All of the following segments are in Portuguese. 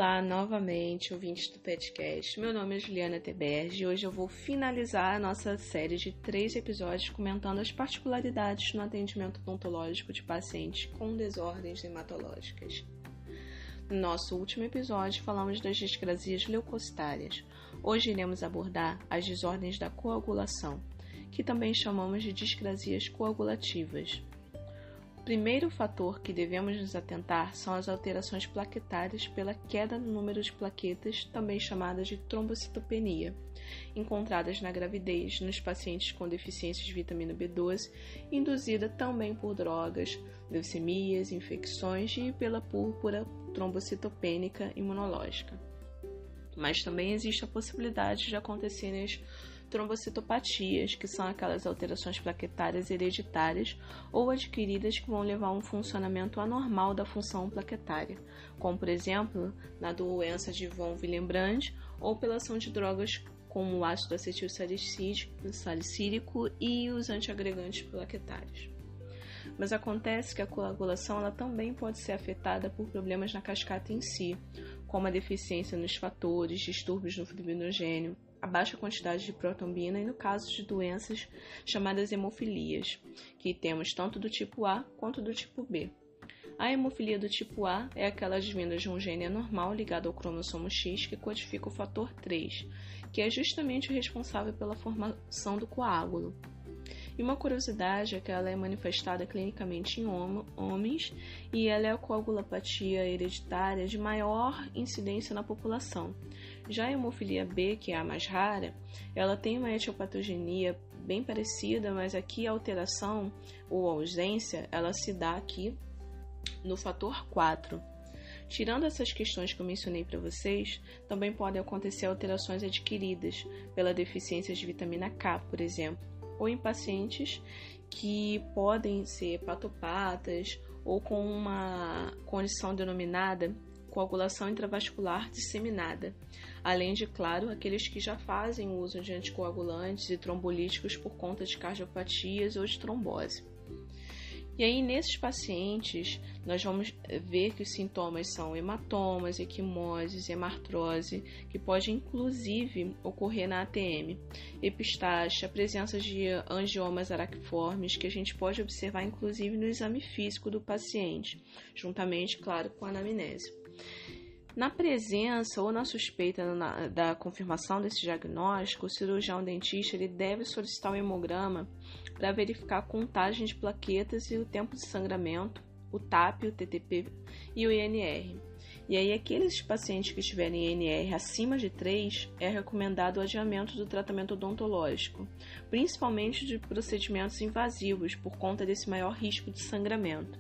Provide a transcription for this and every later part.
Olá, novamente, ouvintes do podcast. Meu nome é Juliana Teberge e hoje eu vou finalizar a nossa série de 3 episódios comentando as particularidades no atendimento odontológico de pacientes com desordens hematológicas. No nosso último episódio, falamos das discrasias leucocitárias. Hoje iremos abordar as desordens da coagulação, que também chamamos de discrasias coagulativas. O primeiro fator que devemos nos atentar são as alterações plaquetárias pela queda no número de plaquetas, também chamadas de trombocitopenia, encontradas na gravidez nos pacientes com deficiência de vitamina B12, induzida também por drogas, leucemias, infecções e pela púrpura trombocitopênica imunológica. Mas também existe a possibilidade de acontecerem as trombocitopatias, que são aquelas alterações plaquetárias hereditárias ou adquiridas que vão levar a um funcionamento anormal da função plaquetária, como por exemplo na doença de von Willebrand ou pela ação de drogas como o ácido acetil salicílico e os antiagregantes plaquetários. Mas acontece que a coagulação ela também pode ser afetada por problemas na cascata em si, como a deficiência nos fatores, distúrbios no fibrinogênio, a baixa quantidade de protrombina e no caso de doenças chamadas hemofilias, que temos tanto do tipo A quanto do tipo B. A hemofilia do tipo A é aquela advinda de um gene anormal ligado ao cromossomo X que codifica o fator 3, que é justamente o responsável pela formação do coágulo. E uma curiosidade é que ela é manifestada clinicamente em homens e ela é a coagulopatia hereditária de maior incidência na população. Já a hemofilia B, que é a mais rara, ela tem uma etiopatogenia bem parecida, mas aqui a alteração ou ausência, ela se dá aqui no fator 4. Tirando essas questões que eu mencionei para vocês, também podem acontecer alterações adquiridas pela deficiência de vitamina K, por exemplo, ou em pacientes que podem ser hepatopatas ou com uma condição denominada coagulação intravascular disseminada, além de, claro, aqueles que já fazem uso de anticoagulantes e trombolíticos por conta de cardiopatias ou de trombose. E aí, nesses pacientes, nós vamos ver que os sintomas são hematomas, equimoses, hemartrose, que pode inclusive ocorrer na ATM, epistaxe, a presença de angiomas araquiformes, que a gente pode observar inclusive no exame físico do paciente, juntamente, claro, com a anamnese. Na presença ou na suspeita da confirmação desse diagnóstico, o cirurgião dentista ele deve solicitar o hemograma para verificar a contagem de plaquetas e o tempo de sangramento, o TAP, o TTP e o INR. E aí, aqueles pacientes que tiverem INR acima de 3, é recomendado o adiamento do tratamento odontológico, principalmente de procedimentos invasivos, por conta desse maior risco de sangramento.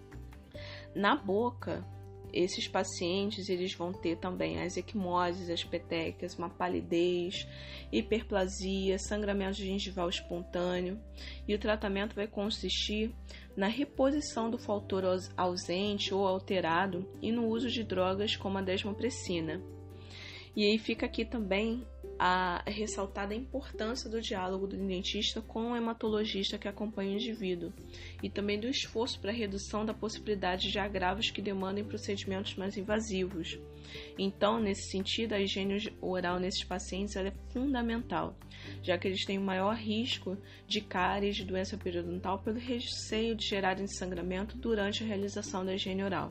Na boca, esses pacientes eles vão ter também as equimoses, as petecas, uma palidez, hiperplasia, sangramento gengival espontâneo, e o tratamento vai consistir na reposição do fator ausente ou alterado e no uso de drogas como a desmopressina. E aí fica aqui também a ressaltada a importância do diálogo do dentista com o hematologista que acompanha o indivíduo e também do esforço para a redução da possibilidade de agravos que demandem procedimentos mais invasivos. Então, nesse sentido, a higiene oral nesses pacientes ela é fundamental, já que eles têm o maior risco de cáries, de doença periodontal pelo receio de gerarem sangramento durante a realização da higiene oral.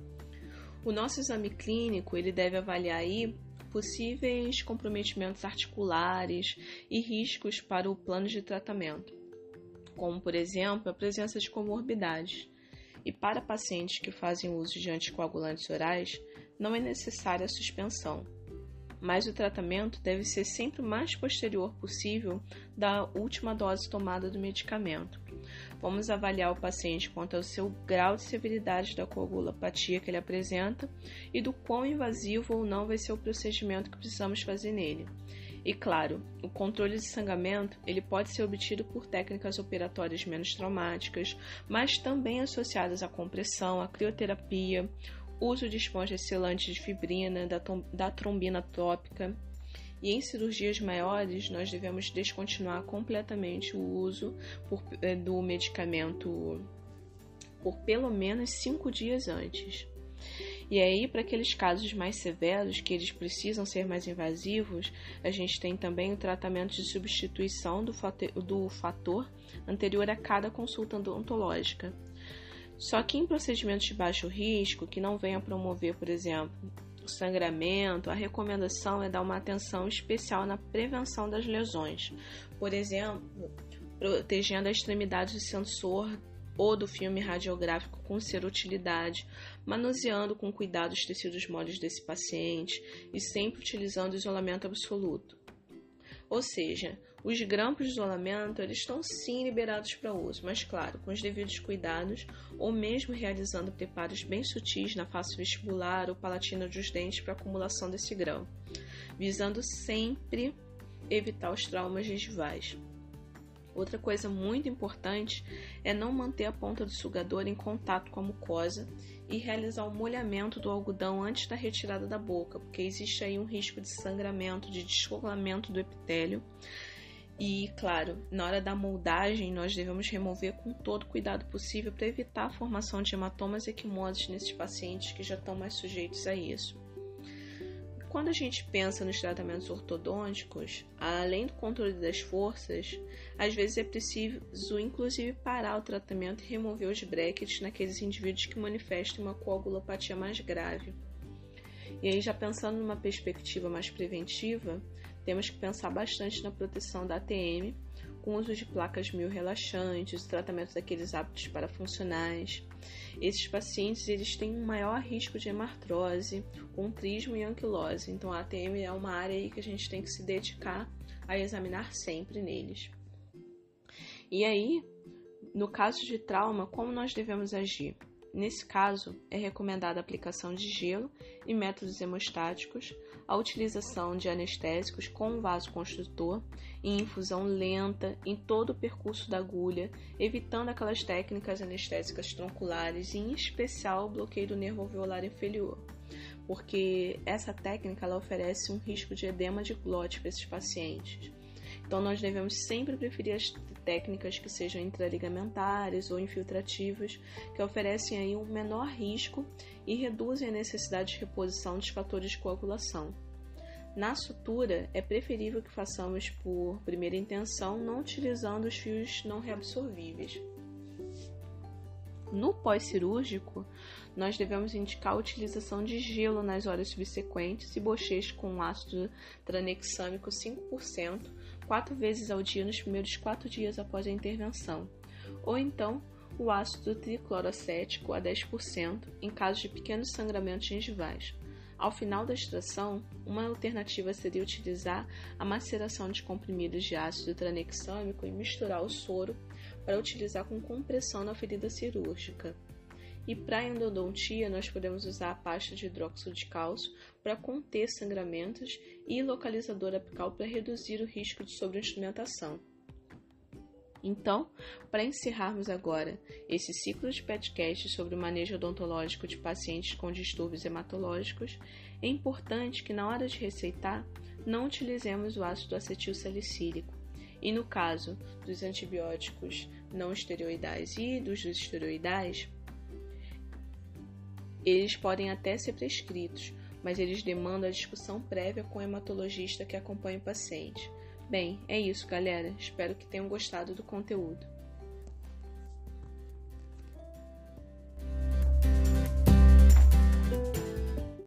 O nosso exame clínico ele deve avaliar aí possíveis comprometimentos articulares e riscos para o plano de tratamento, como, por exemplo, a presença de comorbidades. E para pacientes que fazem uso de anticoagulantes orais, não é necessária a suspensão, mas o tratamento deve ser sempre o mais posterior possível da última dose tomada do medicamento. Vamos avaliar o paciente quanto ao seu grau de severidade da coagulopatia que ele apresenta e do quão invasivo ou não vai ser o procedimento que precisamos fazer nele. E claro, o controle de sangramento ele pode ser obtido por técnicas operatórias menos traumáticas, mas também associadas à compressão, à crioterapia, uso de esponjas selantes de fibrina, da trombina tópica. E em cirurgias maiores, nós devemos descontinuar completamente o uso do medicamento por pelo menos 5 dias antes. E aí, para aqueles casos mais severos, que eles precisam ser mais invasivos, a gente tem também o tratamento de substituição do fator anterior a cada consulta odontológica. Só que em procedimentos de baixo risco, que não venham a promover, por exemplo, o sangramento, a recomendação é dar uma atenção especial na prevenção das lesões. Por exemplo, protegendo a extremidade do sensor ou do filme radiográfico com serotilidade, manuseando com cuidado os tecidos moles desse paciente e sempre utilizando isolamento absoluto. Ou seja, os grampos de isolamento eles estão sim liberados para uso, mas claro, com os devidos cuidados ou mesmo realizando preparos bem sutis na face vestibular ou palatina dos dentes para acumulação desse grampo, visando sempre evitar os traumas gengivais. Outra coisa muito importante é não manter a ponta do sugador em contato com a mucosa e realizar o molhamento do algodão antes da retirada da boca, porque existe aí um risco de sangramento, de descolamento do epitélio. E, claro, na hora da moldagem, nós devemos remover com todo o cuidado possível para evitar a formação de hematomas e equimoses nesses pacientes que já estão mais sujeitos a isso. Quando a gente pensa nos tratamentos ortodônticos, além do controle das forças, às vezes é preciso inclusive parar o tratamento e remover os brackets naqueles indivíduos que manifestam uma coagulopatia mais grave. E aí, já pensando numa perspectiva mais preventiva, temos que pensar bastante na proteção da ATM, com o uso de placas mio-relaxantes, o tratamento daqueles hábitos parafuncionais. Esses pacientes eles têm um maior risco de hemartrose, contrismo e anquilose, então a ATM é uma área aí que a gente tem que se dedicar a examinar sempre neles. E aí, no caso de trauma, como nós devemos agir? Nesse caso, é recomendada a aplicação de gelo e métodos hemostáticos, a utilização de anestésicos com vasoconstritor e infusão lenta em todo o percurso da agulha, evitando aquelas técnicas anestésicas tronculares e, em especial, o bloqueio do nervo alveolar inferior, porque essa técnica ela oferece um risco de edema de glote para esses pacientes. Então, nós devemos sempre preferir as técnicas que sejam intraligamentares ou infiltrativas, que oferecem aí um menor risco e reduzem a necessidade de reposição dos fatores de coagulação. Na sutura, é preferível que façamos por primeira intenção, não utilizando os fios não reabsorvíveis. No pós-cirúrgico, nós devemos indicar a utilização de gelo nas horas subsequentes e bochecho com ácido tranexâmico 5%, 4 vezes ao dia nos primeiros 4 dias após a intervenção, ou então o ácido tricloracético a 10% em casos de pequenos sangramentos gengivais. Ao final da extração, uma alternativa seria utilizar a maceração de comprimidos de ácido tranexâmico e misturar o soro para utilizar com compressão na ferida cirúrgica. E para a endodontia, nós podemos usar a pasta de hidróxido de cálcio para conter sangramentos e localizador apical para reduzir o risco de sobreinstrumentação. Então, para encerrarmos agora esse ciclo de podcast sobre o manejo odontológico de pacientes com distúrbios hematológicos, é importante que na hora de receitar não utilizemos o ácido acetil salicílico. E no caso dos antibióticos não esteroidais e dos esteroidais, eles podem até ser prescritos, mas eles demandam a discussão prévia com o hematologista que acompanha o paciente. Bem, é isso, galera. Espero que tenham gostado do conteúdo.